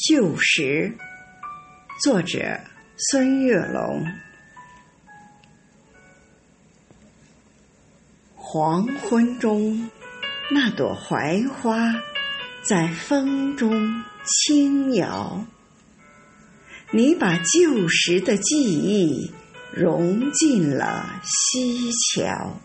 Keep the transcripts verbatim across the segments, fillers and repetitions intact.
旧时，作者孙月龙。黄昏中，那朵槐花在风中轻摇，你把旧时的记忆融进了溪桥。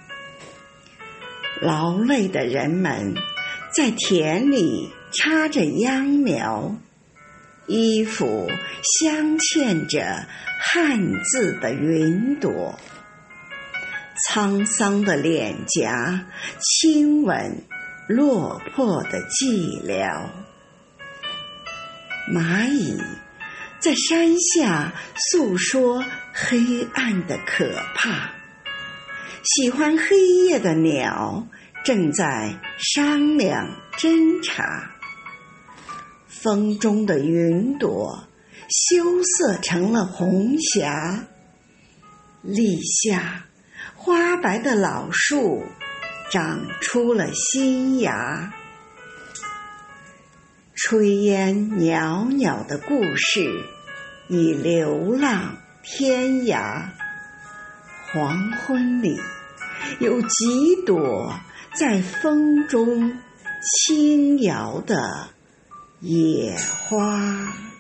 劳累的人们在田里插着秧苗，衣服镶嵌着汉字的云朵，沧桑的脸颊亲吻落魄的寂寥。蚂蚁在山下诉说黑暗的可怕，喜欢黑夜的鸟正在商量侦查。风中的云朵羞涩成了红霞，立夏花白的老树长出了新芽。炊烟袅袅的故事已流浪天涯，黄昏里有几朵在风中轻摇的野花。